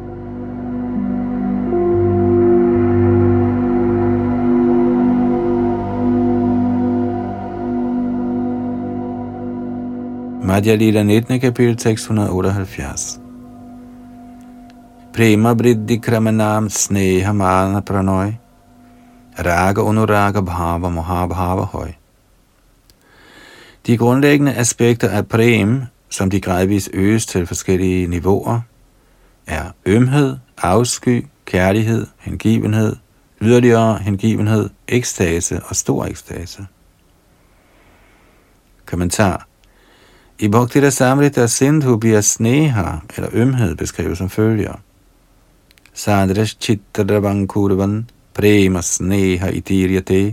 [SPEAKER 1] Madhya Lila 19. kapitel, tekst 178. Prema vriddhi kramanam sneha mana pranoi raga unuraga bhava mohabhava høj. De grundlæggende aspekter af prem, som de gradvis øges til forskellige niveauer, er ømhed, afsky, kærlighed, hengivenhed, yderligere hengivenhed, ekstase og stor ekstase. Kommentar. I Bhakti Rasamrita Sindhu bliver sneha, eller ømhed, beskrevet som følger. Sadresh chitravankurvan prema sneha itiryate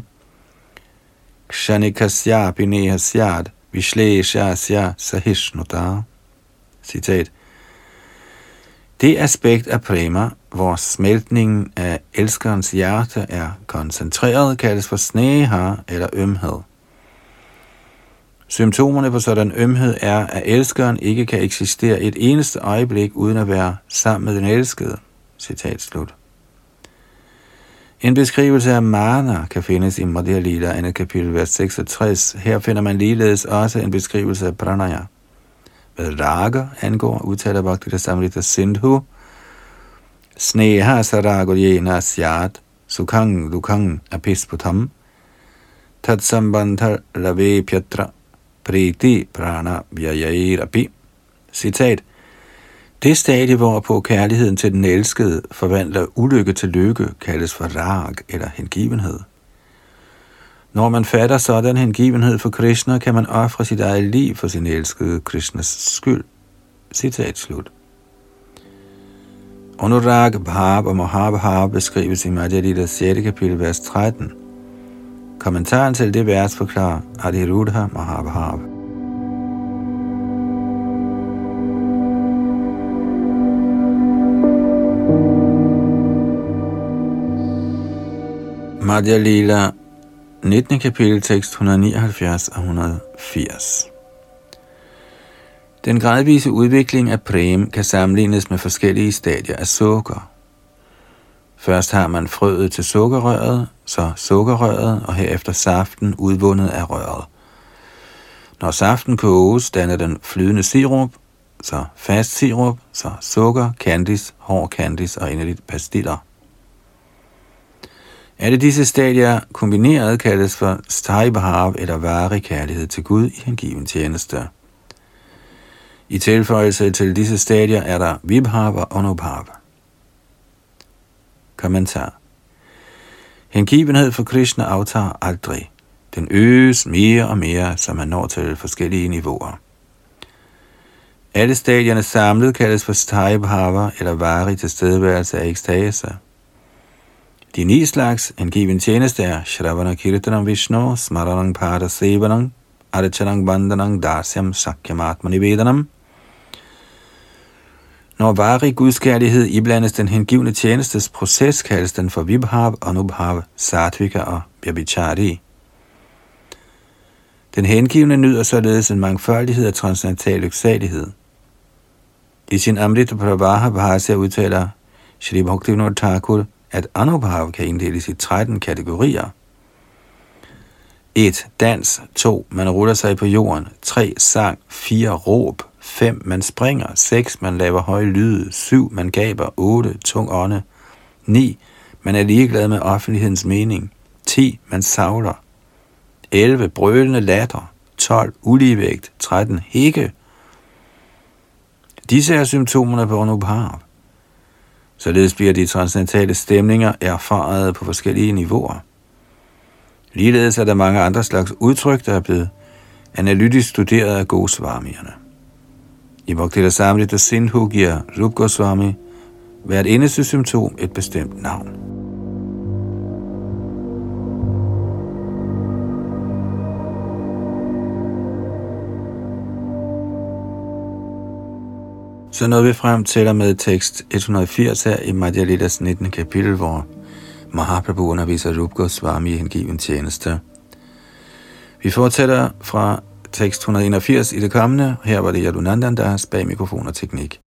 [SPEAKER 1] kshanikasyapi nehasyad vishleshasya sahishnuta. Citat. Det aspekt af prema, hvor smeltningen af elskerens hjerte er koncentreret, kaldes for sneha eller ømhed. Symptomerne på sådan ømhed er, at elskeren ikke kan eksistere et eneste øjeblik uden at være sammen med den elskede. Citat slut. En beskrivelse af mana kan findes i Madhya Lila, 2. kapitel, vers 66. Her finder man ligeledes også en beskrivelse af pranaya. Hvad raga angår, udtaler Bhakti-rasamrita Sindhu, Sneha saragojena syat, sukhang dukhang apisputam, tatsambandhar rave pyatra, priti prana vyayairapi. Citat. Det stadie, hvorpå kærligheden til den elskede forvandler ulykke til lykke, kaldes for rag eller hengivenhed. Når man fatter sådan hengivenhed for Krishna, kan man ofre sit eget liv for sin elskede Krishnas skyld. Citat slut. Anurag Bhav og Mahabhav beskrives i Madhya Lila 6. kapitel, vers 13. Kommentaren til det vers forklarer Adhirudha Mahabhav. Madhya Lila 19. kapitel, tekst 179 og 180. Den gradvise udvikling af prem kan sammenlignes med forskellige stadier af sukker. Først har man frøet til sukkerrøret, så sukkerrøret og herefter saften udvundet af røret. Når saften koges, danner den flydende sirup, så fast sirup, så sukker, kandis, hård kandis og endeligt pastiller. Alle disse stadier kombineret kaldes for sthai-bhav eller varig kærlighed til Gud i hengiven tjeneste. I tilføjelse til disse stadier er der vibhav og anubhav. Kommentar. Hengivenhed for Krishna aftager aldrig. Den øges mere og mere, så man når til forskellige niveauer. Alle stadierne samlet kaldes for sthai-bhava eller varig tilstedeværelse af ekstase. De 9 slags hengiven tjeneste er Shravana Kirtanam Vishnu, Smaranang Pada Sevanang, Archanang Bandhanang, Dasyam Sakyam Atmanivedanam. Når varig gudskærlighed iblandes den hengivne tjenestes proces, kaldes den for Vibhav, Anubhav, Satvika og Vyabhichari. Den hengivne nyder således en mangfoldighed af transcendental lyksalighed. I sin Amrita Pravaha Bhasya udtaler Shri Bhaktivinoda Thakur, at Anubhav kan inddeles i 13 kategorier. 1. Dans. 2. Man ruller sig på jorden. 3. Sang. 4. Råb. 5. Man springer. 6. Man laver høje lyde. 7. Man gaber. 8. Tung ånde. 9. Man er ligeglad med offentlighedens mening. 10. Man savler. 11. Brølende latter. 12. Uligevægt. 13. Hække. Disse er symptomerne på Anubhav. Således bliver de transcendentale stemninger erfaret på forskellige niveauer. Ligeledes er der mange andre slags udtryk, der er blevet analytisk studeret af Goswamierne. I Bhakti-rasamrita Sindhu giver Rup Goswami hvert eneste symptom et bestemt navn. Så nåede vi frem til og med tekst 180 her i Madhya Lilas 19. kapitel, hvor Mahaprabhu underviser Rup Goswami i hengiven tjeneste. Vi fortsætter fra tekst 181 i det kommende. Her var det Yadunandan, der bag mikrofon og teknik.